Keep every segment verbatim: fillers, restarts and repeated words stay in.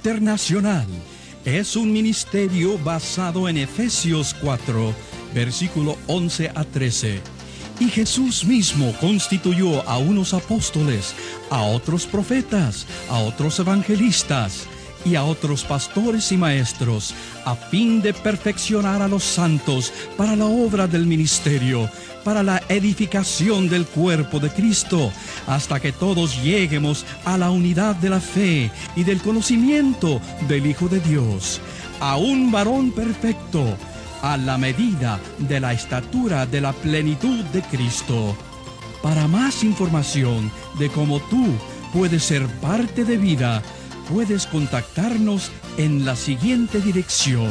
Internacional es un ministerio basado en Efesios cuatro, versículo once a trece. Y Jesús mismo constituyó a unos apóstoles, a otros profetas, a otros evangelistas y a otros pastores y maestros, a fin de perfeccionar a los santos para la obra del ministerio, para la edificación del cuerpo de Cristo, hasta que todos lleguemos a la unidad de la fe y del conocimiento del Hijo de Dios, a un varón perfecto, a la medida de la estatura de la plenitud de Cristo. Para más información de cómo tú puedes ser parte de Vida, puedes contactarnos en la siguiente dirección.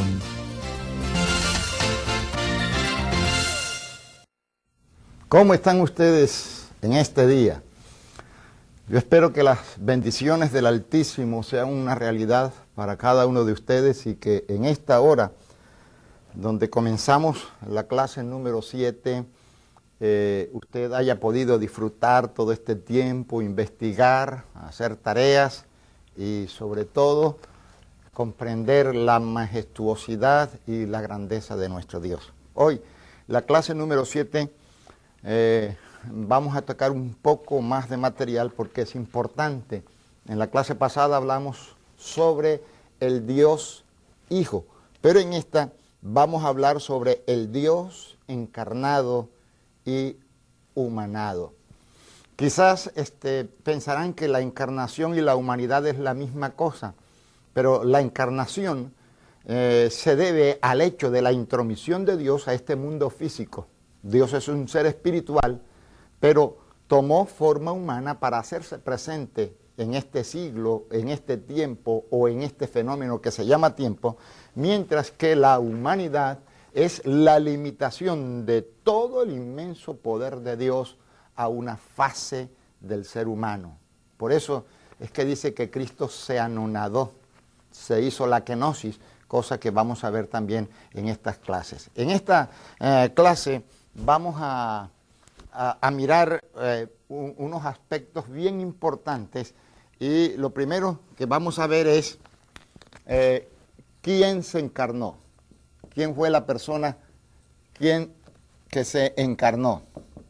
¿Cómo están ustedes en este día? Yo espero que las bendiciones del Altísimo sean una realidad para cada uno de ustedes y que en esta hora, donde comenzamos la clase número siete, eh, usted haya podido disfrutar todo este tiempo, investigar, hacer tareas y sobre todo comprender la majestuosidad y la grandeza de nuestro Dios. Hoy, la clase número siete, eh, vamos a tocar un poco más de material porque es importante. En la clase pasada hablamos sobre el Dios Hijo, pero en esta vamos a hablar sobre el Dios encarnado y humanado. Quizás este, pensarán que la encarnación y la humanidad es la misma cosa, pero la encarnación eh, se debe al hecho de la intromisión de Dios a este mundo físico. Dios es un ser espiritual, pero tomó forma humana para hacerse presente en este siglo, en este tiempo o en este fenómeno que se llama tiempo, mientras que la humanidad es la limitación de todo el inmenso poder de Dios a una fase del ser humano. Por eso es que dice que Cristo se anonadó, se hizo la kenosis, cosa que vamos a ver también en estas clases. En esta eh, clase vamos a, a, a mirar eh, un, unos aspectos bien importantes y lo primero que vamos a ver es eh, quién se encarnó, quién fue la persona quién que se encarnó.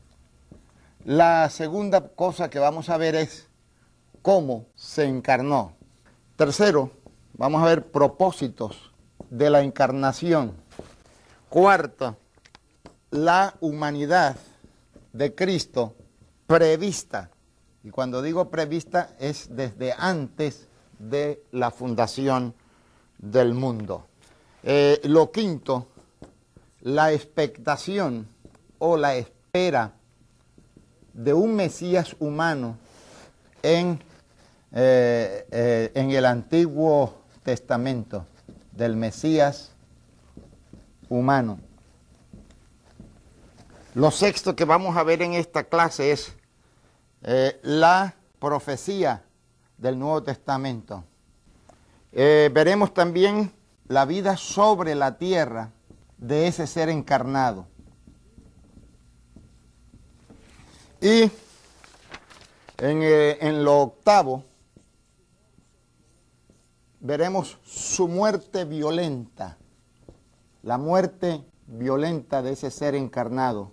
La segunda cosa que vamos a ver es cómo se encarnó. Tercero, vamos a ver propósitos de la encarnación. Cuarto, la humanidad de Cristo prevista. Y cuando digo prevista es desde antes de la fundación del mundo. Eh, lo quinto, la expectación o la espera de un Mesías humano en, eh, eh, en el Antiguo Testamento, del Mesías humano. Lo sexto que vamos a ver en esta clase es eh, la profecía del Nuevo Testamento. Eh, veremos también la vida sobre la tierra de ese ser encarnado. Y en, eh, en lo octavo veremos su muerte violenta, la muerte violenta de ese ser encarnado.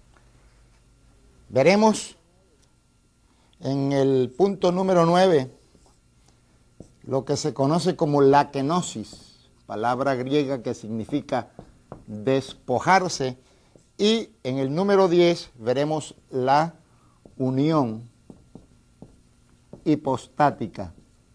Veremos en el punto número nueve lo que se conoce como la kenosis, palabra griega que significa despojarse, y en el número diez veremos la unión hipostática.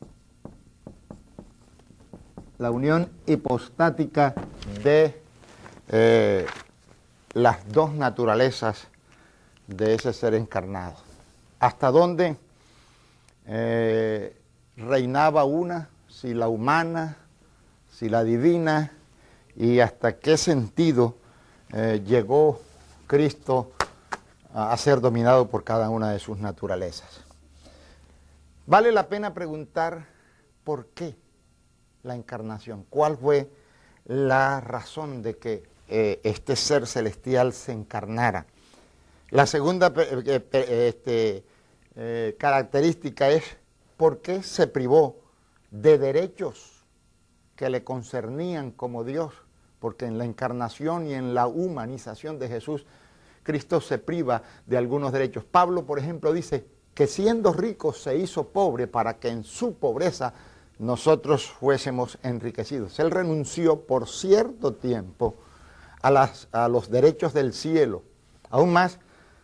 La unión hipostática de eh, las dos naturalezas de ese ser encarnado. Hasta dónde eh, reinaba una, si la humana, si la divina, y hasta qué sentido eh, llegó Cristo a, a ser dominado por cada una de sus naturalezas. Vale la pena preguntar por qué la encarnación, cuál fue la razón de que eh, este ser celestial se encarnara. La segunda eh, eh, este, eh, característica es por qué se privó de derechos que le concernían como Dios, porque en la encarnación y en la humanización de Jesús, Cristo se priva de algunos derechos. Pablo, por ejemplo, dice que siendo rico se hizo pobre para que en su pobreza nosotros fuésemos enriquecidos. Él renunció por cierto tiempo a, las, a los derechos del cielo. Aún más,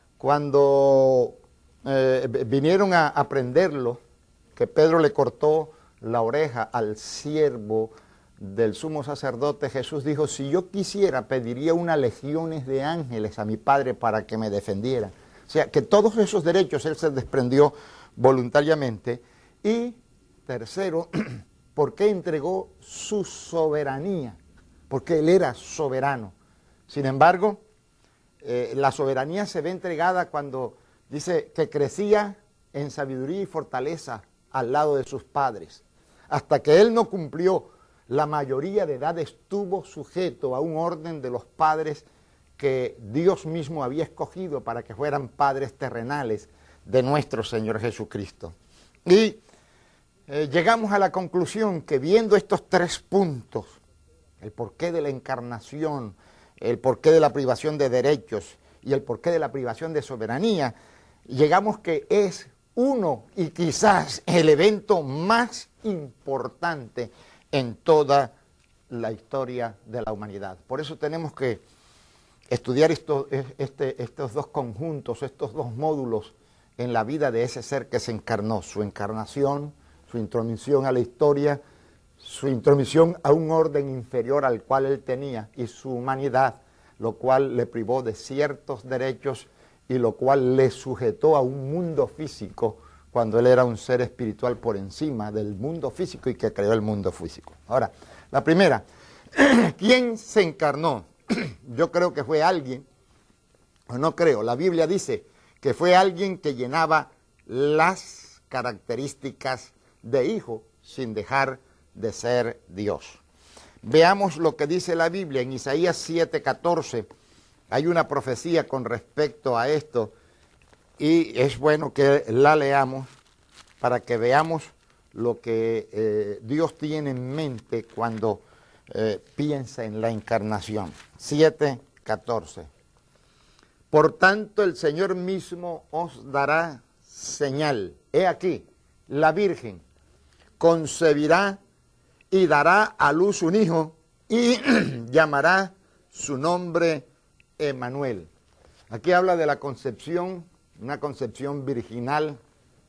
cuando eh, vinieron a aprenderlo, que Pedro le cortó la oreja al siervo del sumo sacerdote, Jesús dijo, si yo quisiera, pediría unas legiones de ángeles a mi Padre para que me defendiera. O sea, que todos esos derechos él se desprendió voluntariamente. Y tercero, ¿por qué entregó su soberanía? Porque él era soberano. Sin embargo, eh, la soberanía se ve entregada cuando dice que crecía en sabiduría y fortaleza al lado de sus padres. Hasta que él no cumplió la mayoría de edad, estuvo sujeto a un orden de los padres que Dios mismo había escogido para que fueran padres terrenales de nuestro Señor Jesucristo. Y eh, llegamos a la conclusión que viendo estos tres puntos, el porqué de la encarnación, el porqué de la privación de derechos y el porqué de la privación de soberanía, llegamos que es uno y quizás el evento más importante en toda la historia de la humanidad. Por eso tenemos que estudiar esto, este, estos dos conjuntos, estos dos módulos en la vida de ese ser que se encarnó, su encarnación, su intromisión a la historia, su intromisión a un orden inferior al cual él tenía y su humanidad, lo cual le privó de ciertos derechos y lo cual le sujetó a un mundo físico cuando él era un ser espiritual por encima del mundo físico y que creó el mundo físico. Ahora, la primera, ¿quién se encarnó? Yo creo que fue alguien, o no creo, la Biblia dice que fue alguien que llenaba las características de hijo sin dejar de ser Dios. Veamos lo que dice la Biblia en Isaías siete catorce. Hay una profecía con respecto a esto y es bueno que la leamos para que veamos lo que eh, Dios tiene en mente cuando eh, piensa en la encarnación. siete catorce. Por tanto el Señor mismo os dará señal. He aquí, la Virgen concebirá y dará a luz un hijo y llamará su nombre Emmanuel. Aquí habla de la concepción, una concepción virginal,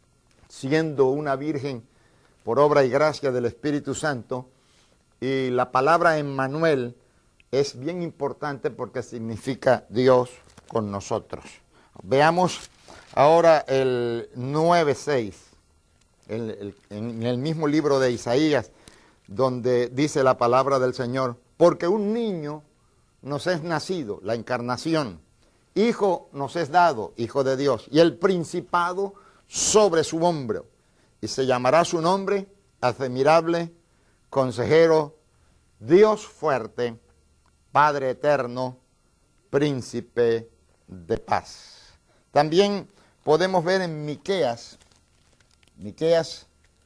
siendo una virgen por obra y gracia del Espíritu Santo. Y la palabra Emmanuel es bien importante porque significa Dios con nosotros. Veamos ahora el nueve seis, el, el, en el mismo libro de Isaías, donde dice la palabra del Señor, porque un niño nos es nacido, la encarnación, hijo nos es dado, hijo de Dios, y el principado sobre su hombro, y se llamará su nombre, admirable, consejero, Dios fuerte, Padre eterno, príncipe de paz. También podemos ver en Miqueas, Miqueas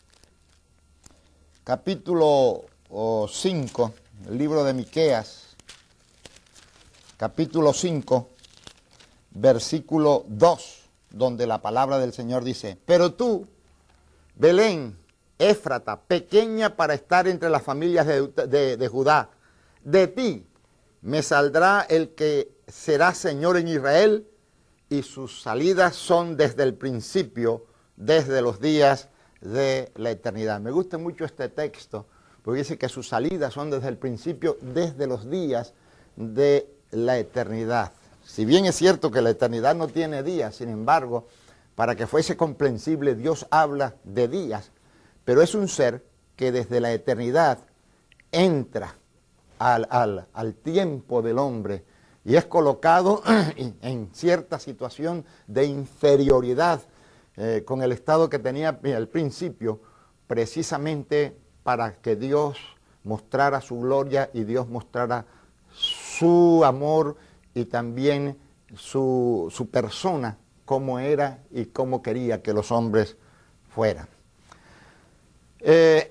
capítulo cinco, el libro de Miqueas, capítulo cinco, versículo dos, donde la palabra del Señor dice, pero tú, Belén, Éfrata, pequeña para estar entre las familias de, de, de Judá, de ti me saldrá el que será Señor en Israel, y sus salidas son desde el principio, desde los días de la eternidad. Me gusta mucho este texto, porque dice que sus salidas son desde el principio, desde los días de la eternidad. Si bien es cierto que la eternidad no tiene días, sin embargo, para que fuese comprensible, Dios habla de días, pero es un ser que desde la eternidad entra al, al, al tiempo del hombre y es colocado en cierta situación de inferioridad eh, con el estado que tenía al principio, precisamente para que Dios mostrara su gloria y Dios mostrara su amor y también su, su persona, cómo era y cómo quería que los hombres fueran. Eh,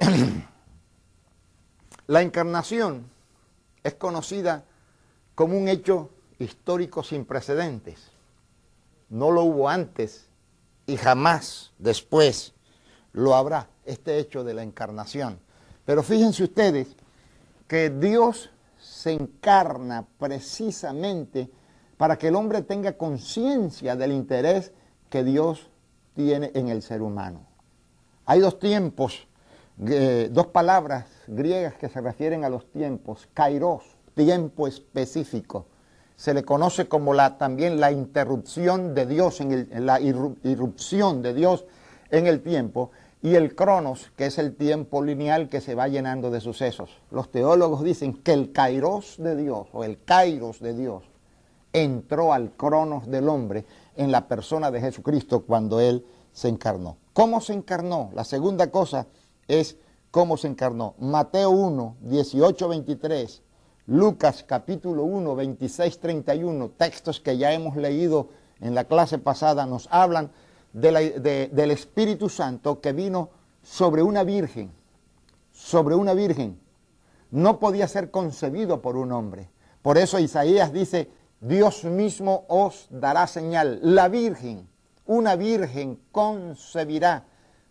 la encarnación es conocida como un hecho histórico sin precedentes. No lo hubo antes y jamás después lo habrá, este hecho de la encarnación. Pero fíjense ustedes que Dios se encarna precisamente para que el hombre tenga conciencia del interés que Dios tiene en el ser humano. Hay dos tiempos, eh, dos palabras griegas que se refieren a los tiempos. Kairos, tiempo específico. Se le conoce como la, también la interrupción de Dios, en, el, en la irrupción de Dios en el tiempo. Y el cronos, que es el tiempo lineal que se va llenando de sucesos. Los teólogos dicen que el kairos de Dios, o el kairos de Dios, entró al cronos del hombre en la persona de Jesucristo cuando Él se encarnó. ¿Cómo se encarnó? La segunda cosa es cómo se encarnó. Mateo uno, dieciocho, veintitrés, Lucas capítulo uno, veintiséis, treinta y uno, textos que ya hemos leído en la clase pasada, nos hablan de la, de, del Espíritu Santo que vino sobre una virgen, sobre una virgen. No podía ser concebido por un hombre. Por eso Isaías dice, Dios mismo os dará señal. La virgen, una virgen concebirá.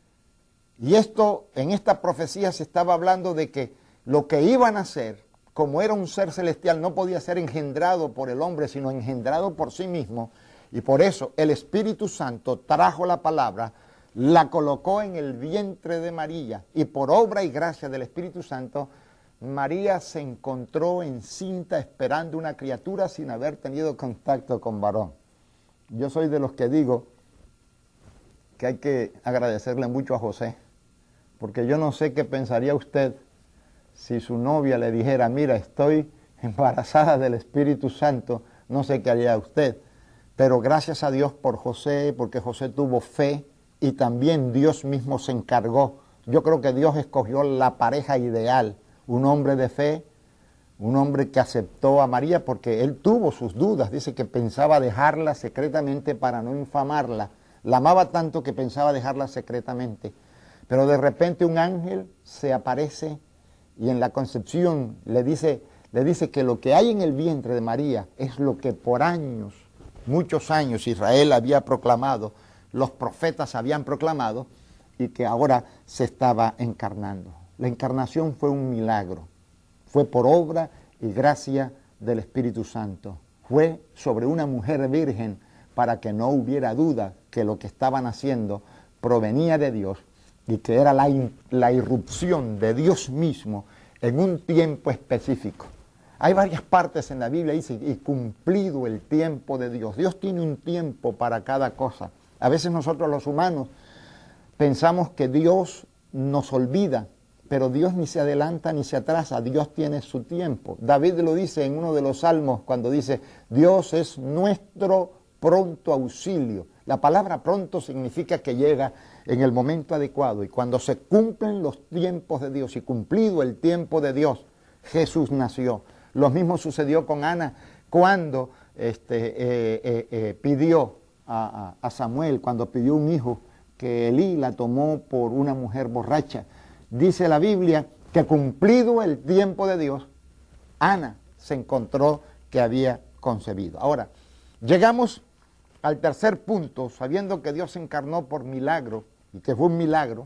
Y esto, en esta profecía se estaba hablando de que lo que iban a hacer, como era un ser celestial, no podía ser engendrado por el hombre, sino engendrado por sí mismo. Y por eso el Espíritu Santo trajo la palabra, la colocó en el vientre de María, y por obra y gracia del Espíritu Santo, María se encontró encinta esperando una criatura sin haber tenido contacto con varón. Yo soy de los que digo que hay que agradecerle mucho a José, porque yo no sé qué pensaría usted si su novia le dijera, mira, estoy embarazada del Espíritu Santo, no sé qué haría usted. Pero gracias a Dios por José, porque José tuvo fe y también Dios mismo se encargó. Yo creo que Dios escogió la pareja ideal, un hombre de fe, un hombre que aceptó a María porque él tuvo sus dudas. Dice que pensaba dejarla secretamente para no infamarla. La amaba tanto que pensaba dejarla secretamente. Pero de repente un ángel se aparece y en la concepción le dice, le dice que lo que hay en el vientre de María es lo que por años, muchos años Israel había proclamado, los profetas habían proclamado y que ahora se estaba encarnando. La encarnación fue un milagro, fue por obra y gracia del Espíritu Santo. Fue sobre una mujer virgen para que no hubiera duda que lo que estaban haciendo provenía de Dios y que era la, la irrupción de Dios mismo en un tiempo específico. Hay varias partes en la Biblia, dice, y cumplido el tiempo de Dios. Dios tiene un tiempo para cada cosa. A veces nosotros los humanos pensamos que Dios nos olvida, pero Dios ni se adelanta ni se atrasa, Dios tiene su tiempo. David lo dice en uno de los salmos cuando dice, Dios es nuestro pronto auxilio. La palabra pronto significa que llega en el momento adecuado, y cuando se cumplen los tiempos de Dios y cumplido el tiempo de Dios, Jesús nació. Lo mismo sucedió con Ana cuando este, eh, eh, eh, pidió a, a, a Samuel, cuando pidió un hijo, que Elí la tomó por una mujer borracha. Dice la Biblia que cumplido el tiempo de Dios, Ana se encontró que había concebido. Ahora, llegamos al tercer punto, sabiendo que Dios se encarnó por milagro, y que fue un milagro,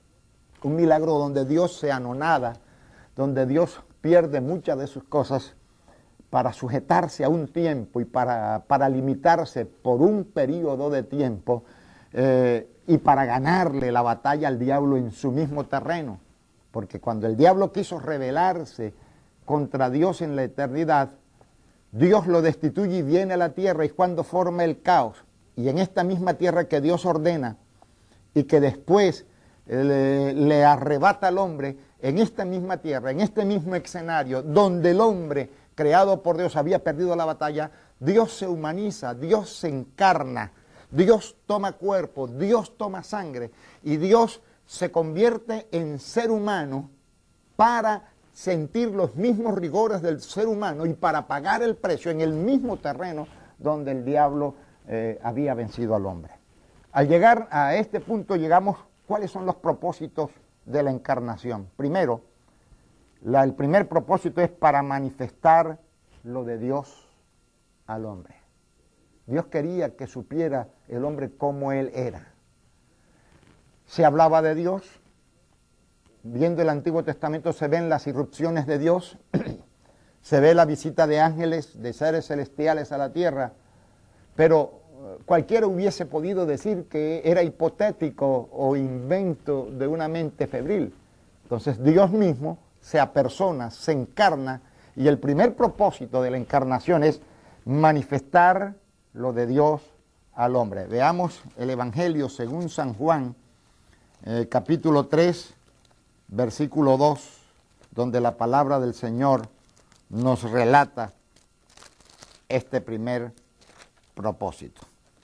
un milagro donde Dios se anonada, donde Dios pierde muchas de sus cosas para sujetarse a un tiempo y para, para limitarse por un periodo de tiempo eh, y para ganarle la batalla al diablo en su mismo terreno. Porque cuando el diablo quiso rebelarse contra Dios en la eternidad, Dios lo destituye y viene a la tierra, y cuando forma el caos. Y en esta misma tierra que Dios ordena y que después le, le arrebata al hombre, en esta misma tierra, en este mismo escenario, donde el hombre creado por Dios había perdido la batalla, Dios se humaniza, Dios se encarna, Dios toma cuerpo, Dios toma sangre, y Dios se convierte en ser humano para sentir los mismos rigores del ser humano y para pagar el precio en el mismo terreno donde el diablo eh, había vencido al hombre. Al llegar a este punto llegamos, ¿cuáles son los propósitos de la encarnación. Primero, la, el primer propósito es para manifestar lo de Dios al hombre. Dios quería que supiera el hombre cómo él era. Se hablaba de Dios. Viendo el Antiguo Testamento se ven las irrupciones de Dios, se ve la visita de ángeles, de seres celestiales a la tierra, pero cualquiera hubiese podido decir que era hipotético o invento de una mente febril. Entonces Dios mismo se apersona, se encarna, y el primer propósito de la encarnación es manifestar lo de Dios al hombre. Veamos el Evangelio según San Juan, eh, capítulo tres, versículo dos, donde la palabra del Señor nos relata este primer propósito.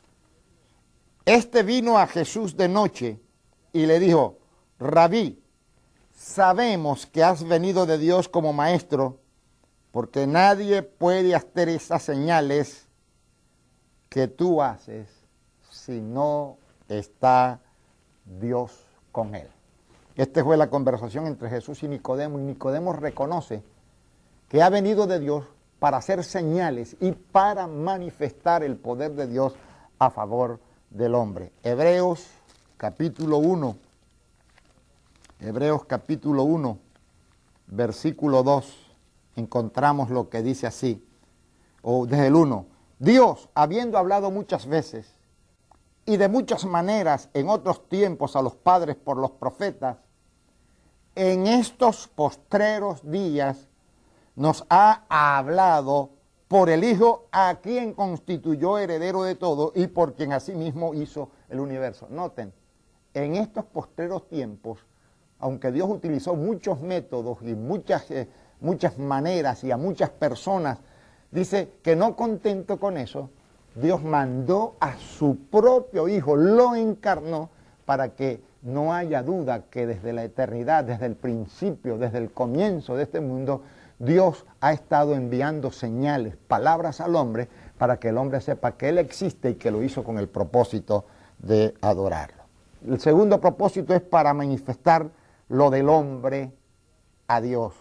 Este vino a Jesús de noche y le dijo: Rabí, sabemos que has venido de Dios como maestro, porque nadie puede hacer esas señales que tú haces si no está Dios con él. Esta fue la conversación entre Jesús y Nicodemo, y Nicodemo reconoce que ha venido de Dios para hacer señales y para manifestar el poder de Dios a favor del hombre. Hebreos capítulo uno, Hebreos capítulo uno, versículo dos, encontramos lo que dice así, o desde el uno. Dios, habiendo hablado muchas veces y de muchas maneras en otros tiempos a los padres por los profetas, en estos postreros días nos ha hablado por el Hijo, a quien constituyó heredero de todo y por quien asimismo hizo el universo. Noten, en estos postreros tiempos, aunque Dios utilizó muchos métodos y muchas, eh, muchas maneras y a muchas personas, dice que no contento con eso, Dios mandó a su propio Hijo, lo encarnó para que no haya duda que desde la eternidad, desde el principio, desde el comienzo de este mundo, Dios ha estado enviando señales, palabras al hombre, para que el hombre sepa que Él existe y que lo hizo con el propósito de adorarlo. El segundo propósito es para manifestar lo del hombre a Dios.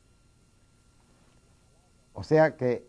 O sea que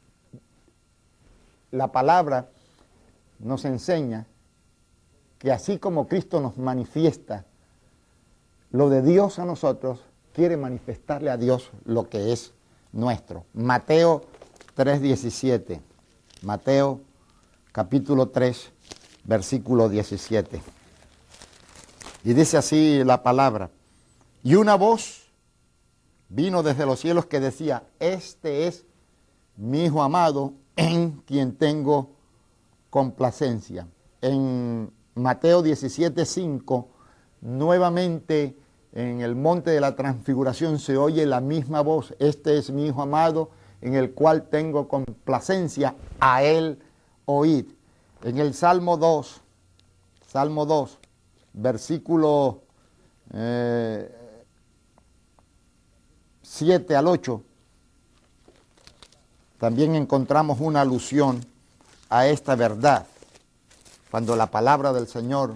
la palabra nos enseña que así como Cristo nos manifiesta lo de Dios a nosotros, quiere manifestarle a Dios lo que es nuestro. Mateo tres diecisiete. Mateo capítulo tres, versículo diecisiete. Y dice así la palabra: y una voz vino desde los cielos que decía: este es mi Hijo amado, en quien tengo complacencia. En Mateo diecisiete cinco, nuevamente en el monte de la transfiguración se oye la misma voz: este es mi Hijo amado, en el cual tengo complacencia, a él oíd. En el Salmo dos, Salmo dos, versículo eh, siete al ocho, también encontramos una alusión a esta verdad, cuando la palabra del Señor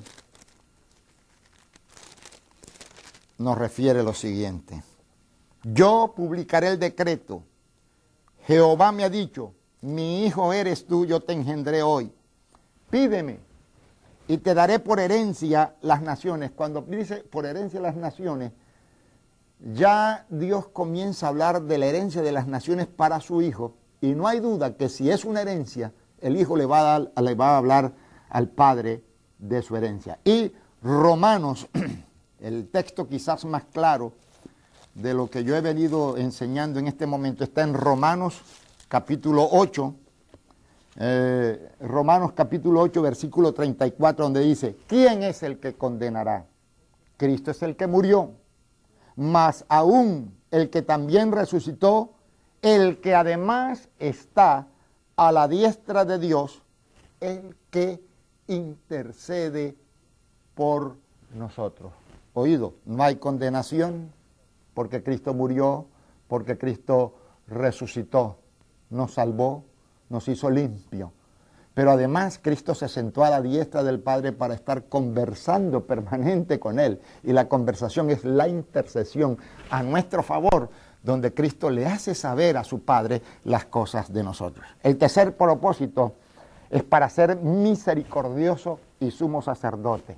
nos refiere lo siguiente: yo publicaré el decreto, Jehová me ha dicho, mi hijo eres tú, yo te engendré hoy, pídeme y te daré por herencia las naciones. Cuando dice por herencia las naciones, ya Dios comienza a hablar de la herencia de las naciones para su hijo, y no hay duda que si es una herencia, el hijo le va a, dar, le va a hablar al padre de su herencia. Y Romanos, el texto quizás más claro de lo que yo he venido enseñando en este momento, está en Romanos capítulo ocho, eh, Romanos capítulo ocho, versículo treinta y cuatro, donde dice: ¿quién es el que condenará? Cristo es el que murió, mas aún el que también resucitó, el que además está a la diestra de Dios, el que intercede por nosotros. Oído, no hay condenación porque Cristo murió, porque Cristo resucitó, nos salvó, nos hizo limpio. Pero además Cristo se sentó a la diestra del Padre para estar conversando permanente con Él. Y la conversación es la intercesión a nuestro favor, donde Cristo le hace saber a su Padre las cosas de nosotros. El tercer propósito es para ser misericordioso y sumo sacerdote.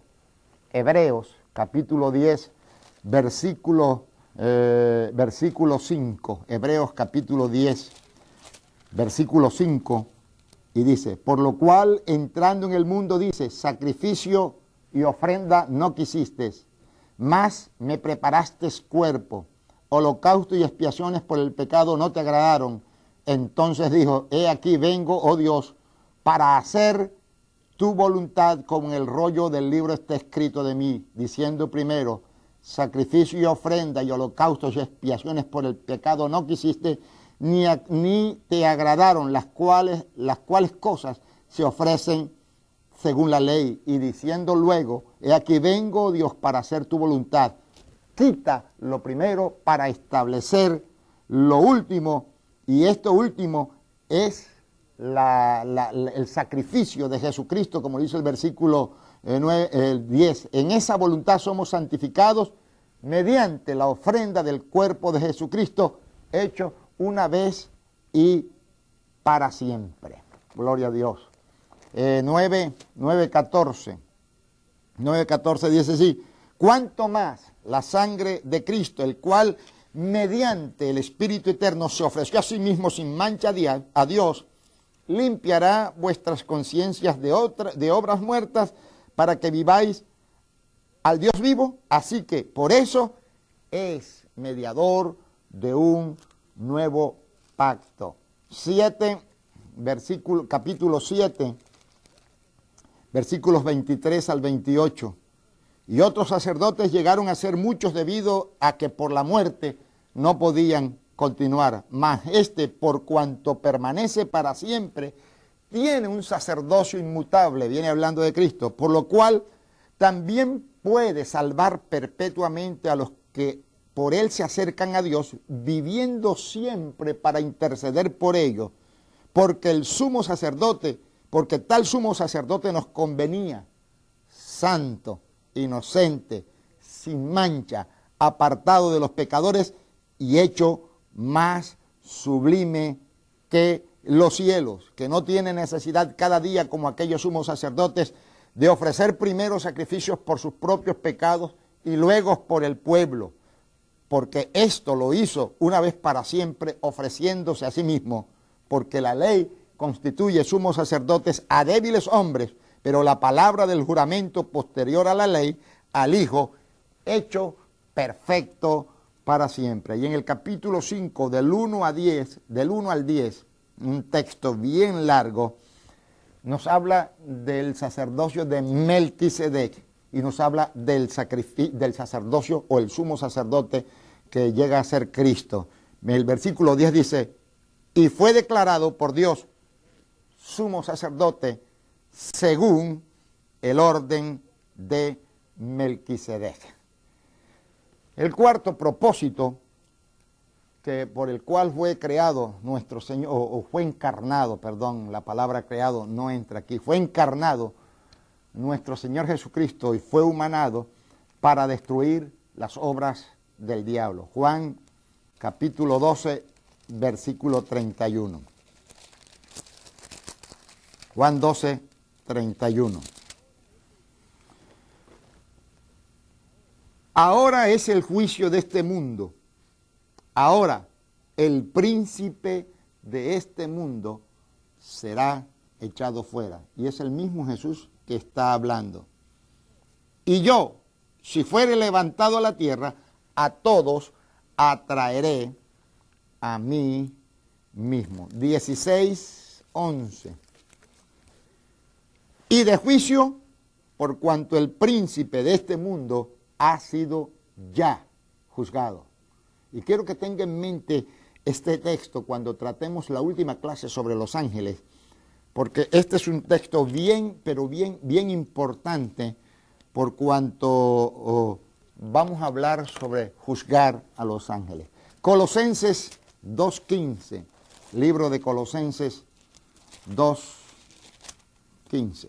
Hebreos capítulo diez, versículo, eh, versículo cinco. Hebreos capítulo diez, versículo cinco. Y dice, por lo cual, entrando en el mundo, dice, sacrificio y ofrenda no quisiste, mas me preparaste cuerpo, holocausto y expiaciones por el pecado no te agradaron. Entonces dijo, he aquí vengo, oh Dios, para hacer tu voluntad, como en el rollo del libro está escrito de mí, diciendo primero, sacrificio y ofrenda y holocaustos y expiaciones por el pecado no quisiste, Ni, a, ni te agradaron, las cuales, las cuales cosas se ofrecen según la ley, y diciendo luego, he aquí vengo, Dios, para hacer tu voluntad. Quita lo primero para establecer lo último, y esto último es la, la, la, el sacrificio de Jesucristo, como dice el versículo eh, nueve, el diez. En esa voluntad somos santificados mediante la ofrenda del cuerpo de Jesucristo, hecho una vez y para siempre. Gloria a Dios. Eh, nueve, nueve, catorce. nueve, catorce dice así. Cuanto más la sangre de Cristo, el cual mediante el Espíritu Eterno se ofreció a sí mismo sin mancha a Dios, limpiará vuestras conciencias de, otra, de obras muertas para que viváis al Dios vivo. Así que por eso es mediador de un nuevo pacto. siete, versículo, capítulo siete, versículos veintitrés al veintiocho. Y otros sacerdotes llegaron a ser muchos debido a que por la muerte no podían continuar. Mas este, por cuanto permanece para siempre, tiene un sacerdocio inmutable, viene hablando de Cristo, por lo cual también puede salvar perpetuamente a los que por él se acercan a Dios, viviendo siempre para interceder por ellos, porque el sumo sacerdote, porque tal sumo sacerdote nos convenía, santo, inocente, sin mancha, apartado de los pecadores y hecho más sublime que los cielos, que no tiene necesidad cada día, como aquellos sumos sacerdotes, de ofrecer primero sacrificios por sus propios pecados y luego por el pueblo, porque esto lo hizo una vez para siempre, ofreciéndose a sí mismo, porque la ley constituye sumos sacerdotes a débiles hombres, pero la palabra del juramento posterior a la ley, al Hijo, hecho perfecto para siempre. Y en el capítulo cinco, del uno a diez, del uno al diez, un texto bien largo, nos habla del sacerdocio de Melquisedec, y nos habla del, del sacerdocio o el sumo sacerdote que llega a ser Cristo. El versículo diez dice, y fue declarado por Dios sumo sacerdote según el orden de Melquisedec. El cuarto propósito que por el cual fue creado nuestro Señor, o, o fue encarnado, perdón, la palabra creado no entra aquí, fue encarnado nuestro Señor Jesucristo y fue humanado para destruir las obras del diablo. Juan capítulo doce, versículo treinta y uno. Juan doce, treinta y uno. Ahora es el juicio de este mundo. Ahora el príncipe de este mundo será echado fuera. Y es el mismo Jesús que está hablando. Y yo, si fuere levantado a la tierra, a todos atraeré a mí mismo. dieciséis, once. Y de juicio, por cuanto el príncipe de este mundo ha sido ya juzgado. Y quiero que tenga en mente este texto cuando tratemos la última clase sobre los ángeles, porque este es un texto bien, pero bien, bien importante, por cuanto oh, vamos a hablar sobre juzgar a los ángeles. Colosenses dos quince, libro de Colosenses dos quince.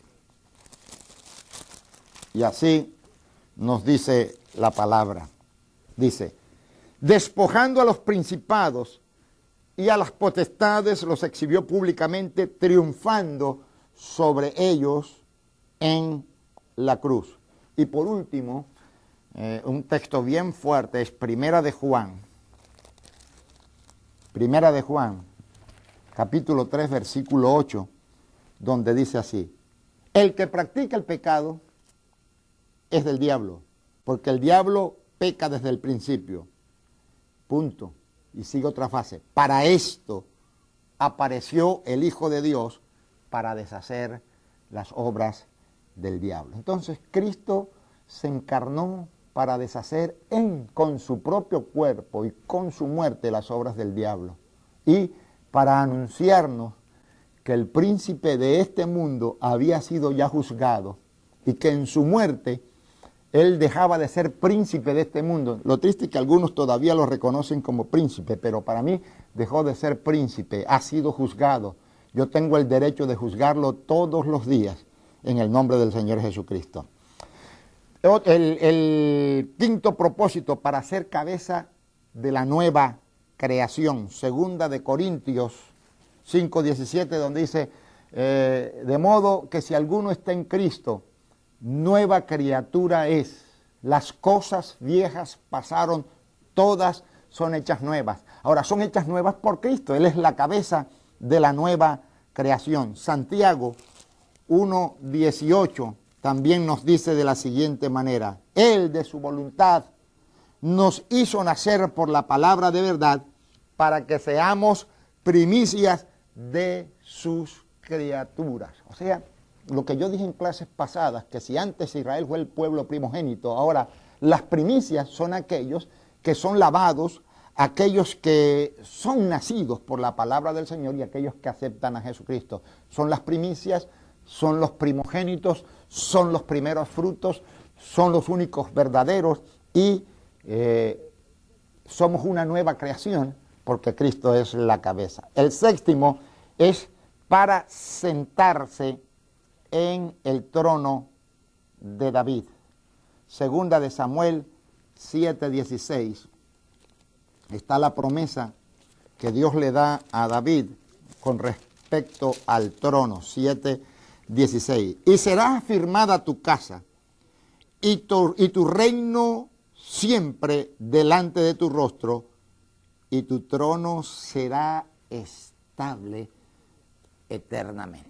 Y así nos dice la palabra. Dice, despojando a los principados y a las potestades, los exhibió públicamente, triunfando sobre ellos en la cruz. Y por último, eh, un texto bien fuerte es Primera de Juan. Primera de Juan, capítulo tres, versículo ocho, donde dice así, el que practica el pecado es del diablo, porque el diablo peca desde el principio. Punto. Y sigue otra frase. Para esto apareció el Hijo de Dios, para deshacer las obras del diablo. Entonces Cristo se encarnó para deshacer en, con su propio cuerpo y con su muerte las obras del diablo. Y para anunciarnos que el príncipe de este mundo había sido ya juzgado y que en su muerte él dejaba de ser príncipe de este mundo. Lo triste es que algunos todavía lo reconocen como príncipe, pero para mí dejó de ser príncipe, ha sido juzgado. Yo tengo el derecho de juzgarlo todos los días en el nombre del Señor Jesucristo. El, el quinto propósito para ser cabeza de la nueva creación, segunda de Corintios cinco diecisiete, donde dice, eh, de modo que si alguno está en Cristo, nueva criatura es. Las cosas viejas pasaron, todas son hechas nuevas. Ahora, son hechas nuevas por Cristo. Él es la cabeza de la nueva creación. Santiago uno dieciocho también nos dice de la siguiente manera, Él de su voluntad nos hizo nacer por la palabra de verdad para que seamos primicias de sus criaturas. O sea, lo que yo dije en clases pasadas, que si antes Israel fue el pueblo primogénito, ahora las primicias son aquellos que son lavados, aquellos que son nacidos por la palabra del Señor y aquellos que aceptan a Jesucristo. Son las primicias, son los primogénitos, son los primeros frutos, son los únicos verdaderos y eh, somos una nueva creación porque Cristo es la cabeza. El séptimo es para sentarse en el trono de David. Segunda de Samuel siete dieciséis. Está la promesa que Dios le da a David con respecto al trono. siete dieciséis. Y será afirmada tu casa y tu, y tu reino siempre delante de tu rostro, y tu trono será estable eternamente.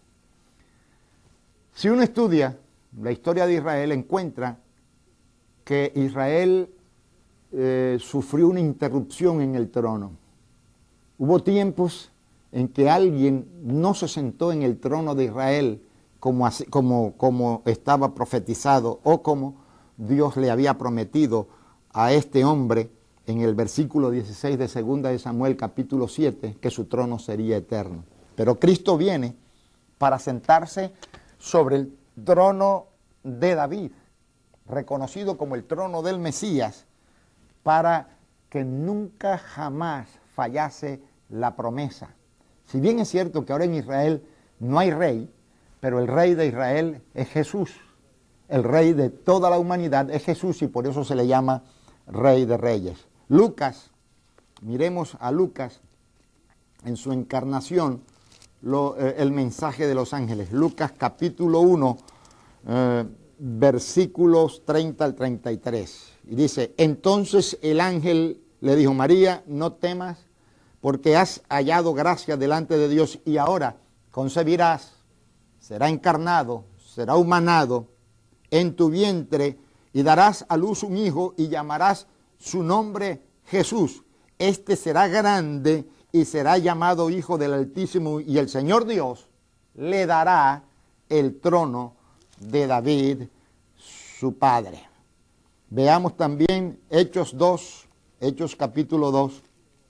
Si uno estudia la historia de Israel, encuentra que Israel eh, sufrió una interrupción en el trono. Hubo tiempos en que alguien no se sentó en el trono de Israel como, así, como, como estaba profetizado o como Dios le había prometido a este hombre en el versículo dieciséis de segunda de Samuel capítulo siete, que su trono sería eterno. Pero Cristo viene para sentarse sobre el trono de David, reconocido como el trono del Mesías, para que nunca jamás fallase la promesa. Si bien es cierto que ahora en Israel no hay rey, pero el rey de Israel es Jesús. El rey de toda la humanidad es Jesús y por eso se le llama Rey de Reyes. Lucas, miremos a Lucas en su encarnación, lo, eh, el mensaje de los ángeles. Lucas capítulo uno, eh, versículos treinta al treinta y tres. Y dice, entonces el ángel le dijo, María, no temas, porque has hallado gracia delante de Dios y ahora concebirás, será encarnado, será humanado en tu vientre y darás a luz un hijo y llamarás su nombre Jesús. Este será grande y será llamado Hijo del Altísimo y el Señor Dios le dará el trono de David, su padre. Veamos también Hechos dos, Hechos capítulo dos.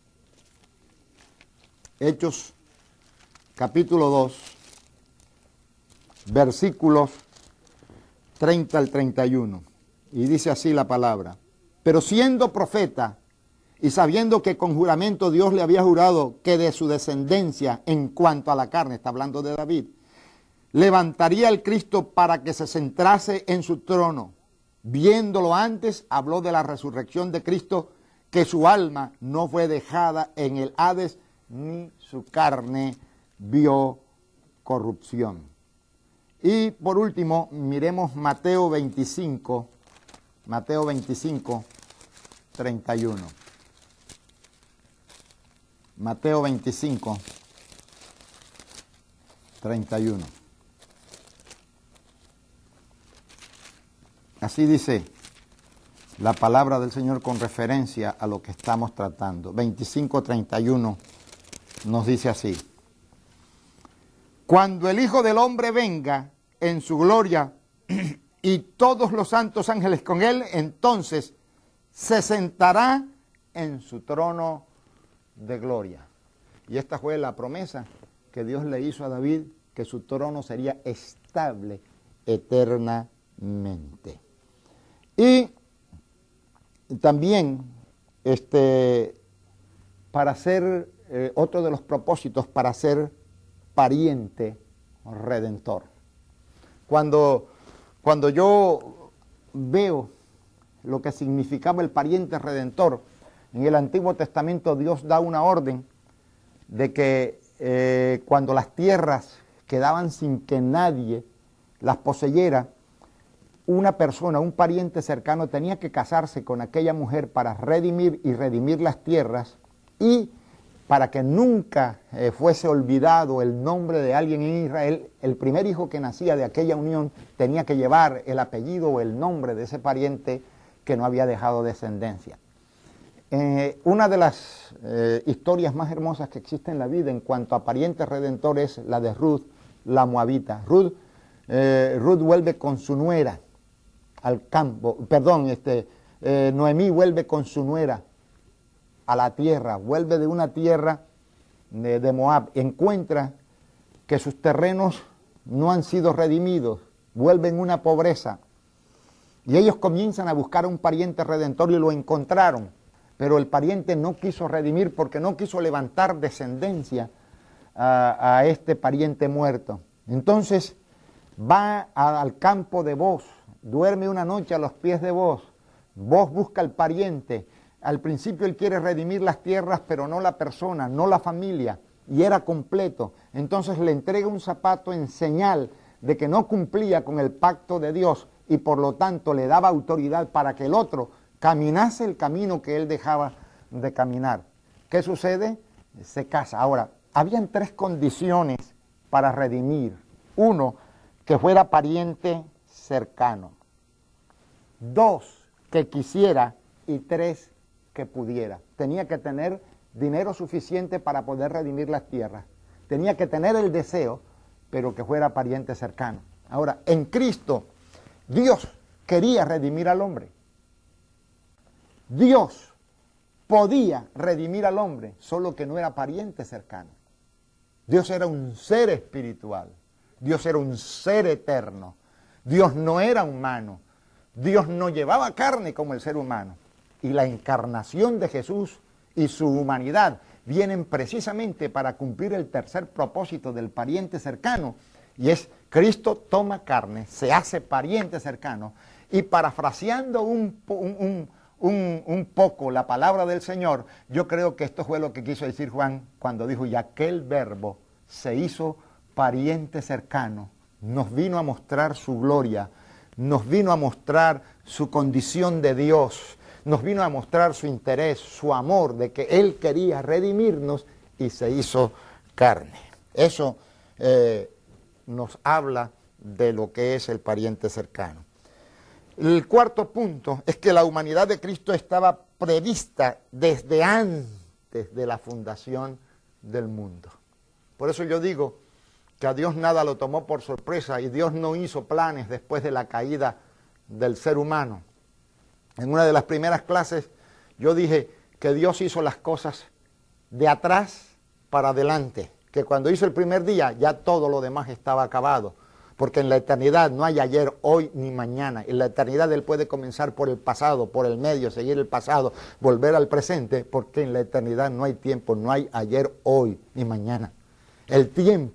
Hechos capítulo dos, versículos treinta al treinta y uno. Y dice así la palabra. Pero siendo profeta y sabiendo que con juramento Dios le había jurado que de su descendencia en cuanto a la carne, está hablando de David, levantaría el Cristo para que se centrase en su trono. Viéndolo antes, habló de la resurrección de Cristo, que su alma no fue dejada en el Hades, ni su carne vio corrupción. Y por último, miremos Mateo veinticinco, Mateo veinticinco, treinta y uno. Mateo veinticinco, treinta y uno. Así dice la palabra del Señor con referencia a lo que estamos tratando. veinticinco, treinta y uno nos dice así. Cuando el Hijo del Hombre venga en su gloria y todos los santos ángeles con él, entonces se sentará en su trono de gloria. Y esta fue la promesa que Dios le hizo a David, que su trono sería estable eternamente. Y también, este, para ser, eh, otro de los propósitos, para ser pariente redentor. Cuando, cuando yo veo lo que significaba el pariente redentor, en el Antiguo Testamento Dios da una orden de que eh, cuando las tierras quedaban sin que nadie las poseyera, una persona, un pariente cercano, tenía que casarse con aquella mujer para redimir y redimir las tierras, y para que nunca eh, fuese olvidado el nombre de alguien en Israel, el primer hijo que nacía de aquella unión tenía que llevar el apellido o el nombre de ese pariente que no había dejado descendencia. Eh, una de las eh, historias más hermosas que existe en la vida en cuanto a parientes redentores es la de Ruth, la moabita. Ruth, eh, Ruth vuelve con su nuera al campo, perdón, este, eh, Noemí vuelve con su nuera a la tierra, vuelve de una tierra de, de Moab, encuentra que sus terrenos no han sido redimidos, vuelven una pobreza, y ellos comienzan a buscar a un pariente redentor y lo encontraron, pero el pariente no quiso redimir porque no quiso levantar descendencia a, a este pariente muerto. Entonces va a, al campo de Boz, duerme una noche a los pies de Boz. Boz busca al pariente. Al principio él quiere redimir las tierras, pero no la persona, no la familia, y era completo. Entonces le entrega un zapato en señal de que no cumplía con el pacto de Dios y por lo tanto le daba autoridad para que el otro caminase el camino que él dejaba de caminar. ¿Qué sucede? Se casa. Ahora, habían tres condiciones para redimir. Uno, que fuera pariente cercano. Dos, que quisiera. Y tres, que pudiera. Tenía que tener dinero suficiente para poder redimir las tierras. Tenía que tener el deseo, pero que fuera pariente cercano. Ahora, en Cristo, Dios quería redimir al hombre. Dios podía redimir al hombre, solo que no era pariente cercano. Dios era un ser espiritual. Dios era un ser eterno. Dios no era humano. Dios no llevaba carne como el ser humano. Y la encarnación de Jesús y su humanidad vienen precisamente para cumplir el tercer propósito del pariente cercano, y es Cristo toma carne, se hace pariente cercano, y parafraseando un, un, un, un poco la palabra del Señor, yo creo que esto fue lo que quiso decir Juan cuando dijo, y aquel verbo se hizo pariente cercano, nos vino a mostrar su gloria, nos vino a mostrar su condición de Dios, nos vino a mostrar su interés, su amor, de que Él quería redimirnos y se hizo carne. Eso eh, nos habla de lo que es el pariente cercano. El cuarto punto es que la humanidad de Cristo estaba prevista desde antes de la fundación del mundo. Por eso yo digo que a Dios nada lo tomó por sorpresa y Dios no hizo planes después de la caída del ser humano. En una de las primeras clases yo dije que Dios hizo las cosas de atrás para adelante, que cuando hizo el primer día ya todo lo demás estaba acabado, porque en la eternidad no hay ayer, hoy ni mañana. En la eternidad Él puede comenzar por el pasado, por el medio, seguir el pasado, volver al presente, porque en la eternidad no hay tiempo, no hay ayer, hoy ni mañana. El tiempo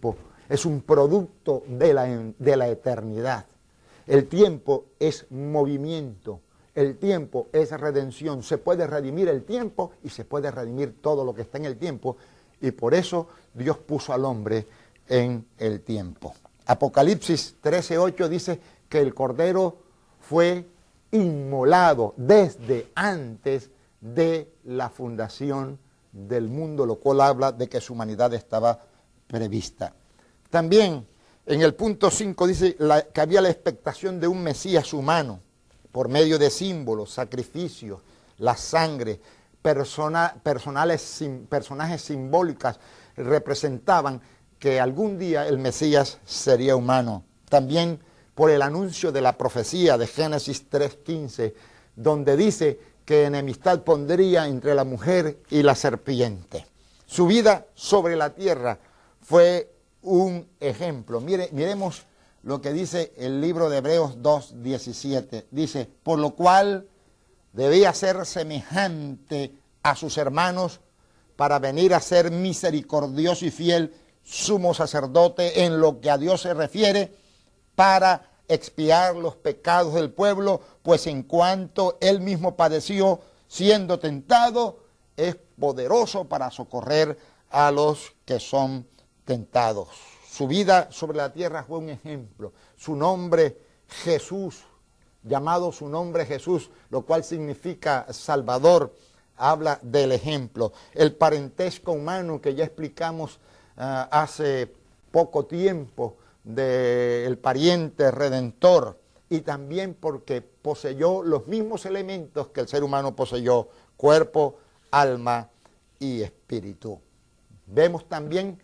es un producto de la, de la eternidad. El tiempo es movimiento, el tiempo es redención. Se puede redimir el tiempo y se puede redimir todo lo que está en el tiempo, y por eso Dios puso al hombre en el tiempo. Apocalipsis trece ocho dice que el Cordero fue inmolado desde antes de la fundación del mundo, lo cual habla de que su humanidad estaba prevista. También en el punto cinco dice la, que había la expectación de un Mesías humano por medio de símbolos, sacrificios, la sangre, persona, personales, sim, personajes simbólicas representaban que algún día el Mesías sería humano. También por el anuncio de la profecía de Génesis tres quince, donde dice que enemistad pondría entre la mujer y la serpiente. Su vida sobre la tierra fue un ejemplo. Mire, miremos lo que dice el libro de Hebreos dos diecisiete. Dice, por lo cual debía ser semejante a sus hermanos para venir a ser misericordioso y fiel sumo sacerdote en lo que a Dios se refiere, para expiar los pecados del pueblo, pues en cuanto él mismo padeció siendo tentado, es poderoso para socorrer a los que son tentados. Su vida sobre la tierra fue un ejemplo. Su nombre Jesús, llamado su nombre Jesús, lo cual significa Salvador, habla del ejemplo. El parentesco humano que ya explicamos uh, hace poco tiempo, del pariente redentor, y también porque poseyó los mismos elementos que el ser humano poseyó: cuerpo, alma y espíritu. Vemos también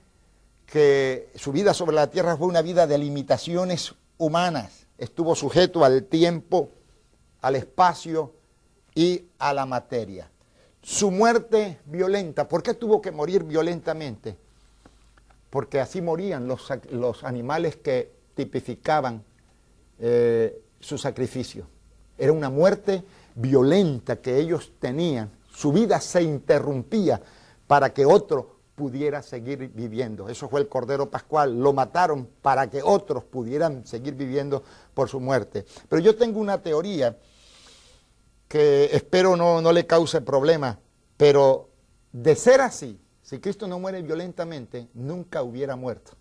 que su vida sobre la tierra fue una vida de limitaciones humanas. Estuvo sujeto al tiempo, al espacio y a la materia. Su muerte violenta, ¿por qué tuvo que morir violentamente? Porque así morían los, los animales que tipificaban eh, su sacrificio. Era una muerte violenta que ellos tenían. Su vida se interrumpía para que otro pudiera seguir viviendo. Eso fue el Cordero Pascual. Lo mataron para que otros pudieran seguir viviendo por su muerte. Pero yo tengo una teoría que espero no, no le cause problema, pero de ser así, si Cristo no muere violentamente, nunca hubiera muerto,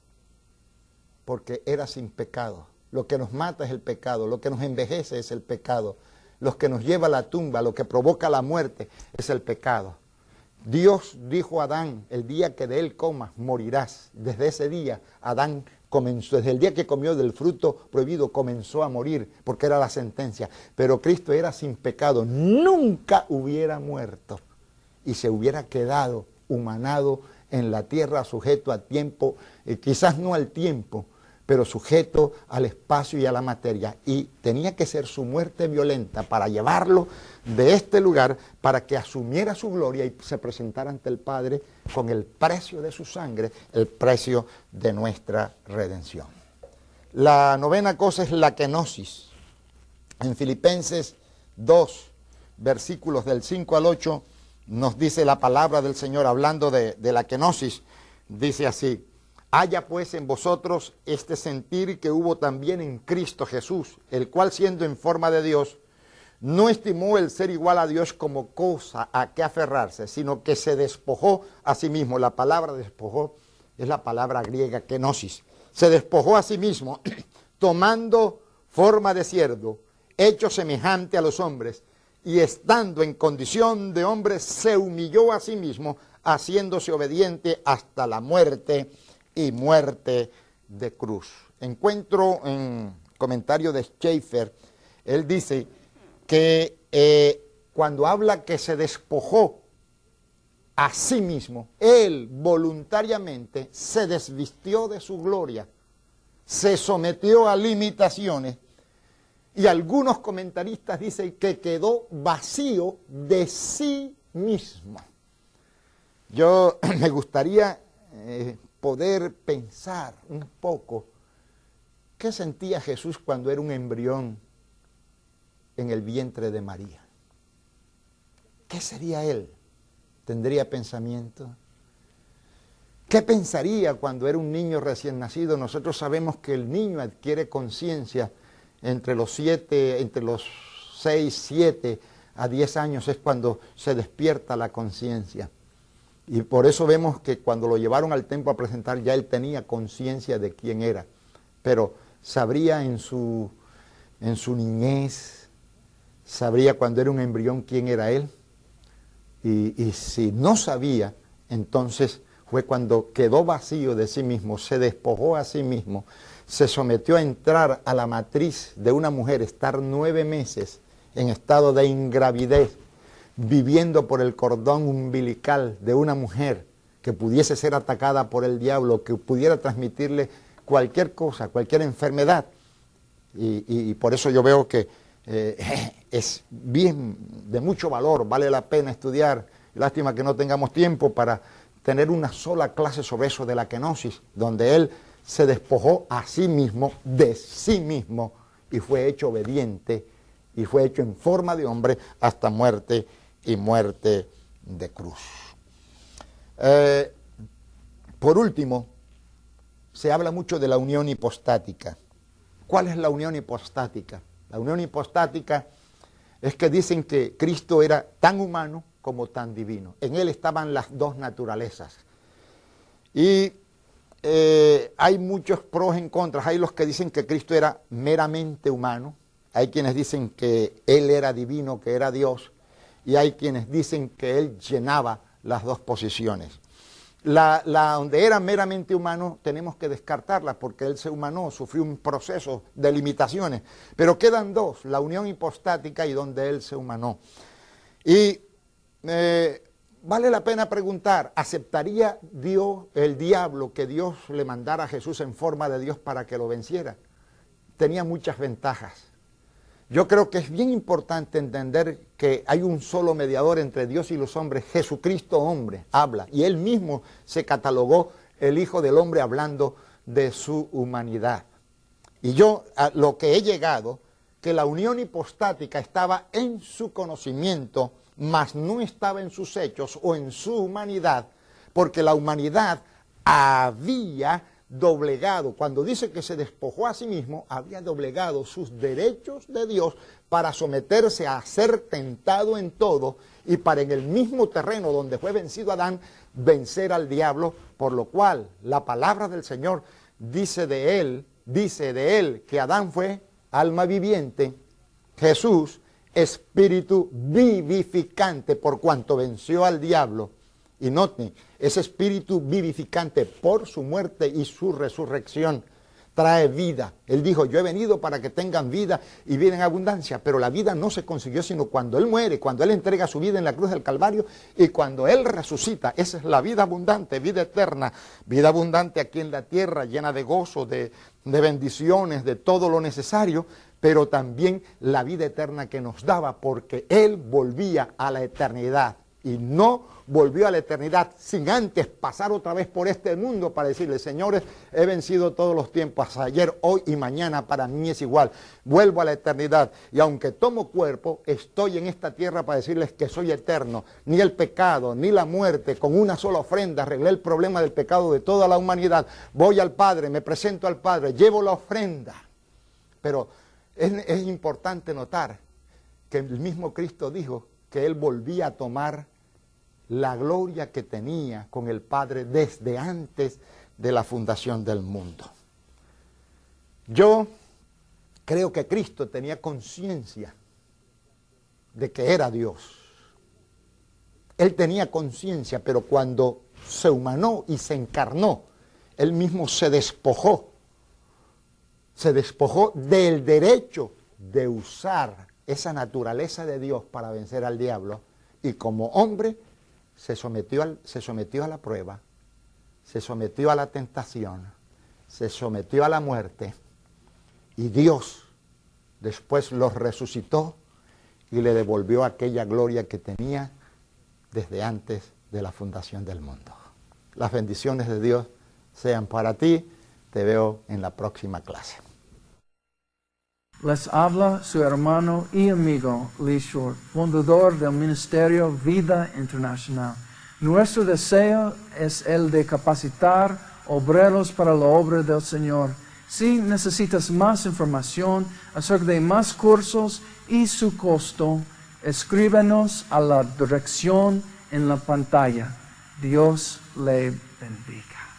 porque era sin pecado. Lo que nos mata es el pecado, lo que nos envejece es el pecado, lo que nos lleva a la tumba, lo que provoca la muerte es el pecado. Dios dijo a Adán, el día que de él comas, morirás. Desde ese día, Adán comenzó, desde el día que comió del fruto prohibido, comenzó a morir, porque era la sentencia. Pero Cristo era sin pecado, nunca hubiera muerto y se hubiera quedado humanado en la tierra, sujeto a tiempo, eh, quizás no al tiempo, pero sujeto al espacio y a la materia. Y tenía que ser su muerte violenta para llevarlo de este lugar, para que asumiera su gloria y se presentara ante el Padre con el precio de su sangre, el precio de nuestra redención. La novena cosa es la kenosis. En Filipenses dos, versículos del cinco al ocho, nos dice la palabra del Señor, hablando de, de la kenosis, dice así: haya pues en vosotros este sentir que hubo también en Cristo Jesús, el cual siendo en forma de Dios, no estimó el ser igual a Dios como cosa a que aferrarse, sino que se despojó a sí mismo. La palabra despojó es la palabra griega kenosis. Se despojó a sí mismo, tomando forma de siervo, hecho semejante a los hombres, y estando en condición de hombre, se humilló a sí mismo, haciéndose obediente hasta la muerte y muerte de cruz. Encuentro en comentario de Schaeffer, él dice que eh, cuando habla que se despojó a sí mismo, él voluntariamente se desvistió de su gloria, se sometió a limitaciones, y algunos comentaristas dicen que quedó vacío de sí mismo. Yo me gustaría eh, poder pensar un poco qué sentía Jesús cuando era un embrión en el vientre de María. ¿Qué sería él? ¿Tendría pensamiento? ¿Qué pensaría cuando era un niño recién nacido? Nosotros sabemos que el niño adquiere conciencia entre los siete, entre los seis, siete a diez años es cuando se despierta la conciencia. Y por eso vemos que cuando lo llevaron al templo a presentar ya él tenía conciencia de quién era. Pero sabría en su, en su niñez, sabría cuando era un embrión quién era él. Y, y si no sabía, entonces fue cuando quedó vacío de sí mismo, se despojó a sí mismo, se sometió a entrar a la matriz de una mujer, estar nueve meses en estado de ingravidez, viviendo por el cordón umbilical de una mujer que pudiese ser atacada por el diablo, que pudiera transmitirle cualquier cosa, cualquier enfermedad. Y, y, y por eso yo veo que eh, es bien, de mucho valor, vale la pena estudiar. Lástima que no tengamos tiempo para tener una sola clase sobre eso de la kenosis, donde él se despojó a sí mismo, de sí mismo, y fue hecho obediente, y fue hecho en forma de hombre hasta muerte y muerte de cruz. Eh, por último, se habla mucho de la unión hipostática. ¿Cuál es la unión hipostática? La unión hipostática es que dicen que Cristo era tan humano como tan divino. En él estaban las dos naturalezas. Y eh, hay muchos pros en contras. Hay los que dicen que Cristo era meramente humano. Hay quienes dicen que él era divino, que era Dios. Y hay quienes dicen que él llenaba las dos posiciones. La, la donde era meramente humano tenemos que descartarla porque él se humanó, sufrió un proceso de limitaciones. Pero quedan dos, la unión hipostática y donde él se humanó. Y eh, vale la pena preguntar, ¿aceptaría Dios, el diablo, que Dios le mandara a Jesús en forma de Dios para que lo venciera? Tenía muchas ventajas. Yo creo que es bien importante entender que hay un solo mediador entre Dios y los hombres, Jesucristo hombre, habla. Y él mismo se catalogó el Hijo del Hombre hablando de su humanidad. Y yo a lo que he llegado, que la unión hipostática estaba en su conocimiento, mas no estaba en sus hechos o en su humanidad, porque la humanidad había doblegado, cuando dice que se despojó a sí mismo, había doblegado sus derechos de Dios para someterse a ser tentado en todo y para en el mismo terreno donde fue vencido Adán, vencer al diablo, por lo cual la palabra del Señor dice de él, dice de él que Adán fue alma viviente, Jesús espíritu vivificante por cuanto venció al diablo. Y noten, ese espíritu vivificante por su muerte y su resurrección trae vida. Él dijo, yo he venido para que tengan vida y vida en abundancia, pero la vida no se consiguió sino cuando Él muere, cuando Él entrega su vida en la cruz del Calvario y cuando Él resucita. Esa es la vida abundante, vida eterna, vida abundante aquí en la tierra, llena de gozo, de, de bendiciones, de todo lo necesario, pero también la vida eterna que nos daba porque Él volvía a la eternidad. Y no volvió a la eternidad sin antes pasar otra vez por este mundo para decirle, señores, he vencido todos los tiempos, ayer, hoy y mañana para mí es igual, vuelvo a la eternidad y aunque tomo cuerpo, estoy en esta tierra para decirles que soy eterno, ni el pecado, ni la muerte, con una sola ofrenda arreglé el problema del pecado de toda la humanidad, voy al Padre, me presento al Padre, llevo la ofrenda. Pero es, es importante notar que el mismo Cristo dijo que Él volvía a tomar la gloria que tenía con el Padre desde antes de la fundación del mundo. Yo creo que Cristo tenía conciencia de que era Dios. Él tenía conciencia, pero cuando se humanó y se encarnó, Él mismo se despojó, se despojó del derecho de usar esa naturaleza de Dios para vencer al diablo, y como hombre se sometió, al, se sometió a la prueba, se sometió a la tentación, se sometió a la muerte, y Dios después los resucitó y le devolvió aquella gloria que tenía desde antes de la fundación del mundo. Las bendiciones de Dios sean para ti. Te veo en la próxima clase. Les habla su hermano y amigo Lee Short, fundador del Ministerio Vida Internacional. Nuestro deseo es el de capacitar obreros para la obra del Señor. Si necesitas más información acerca de más cursos y su costo, escríbenos a la dirección en la pantalla. Dios le bendiga.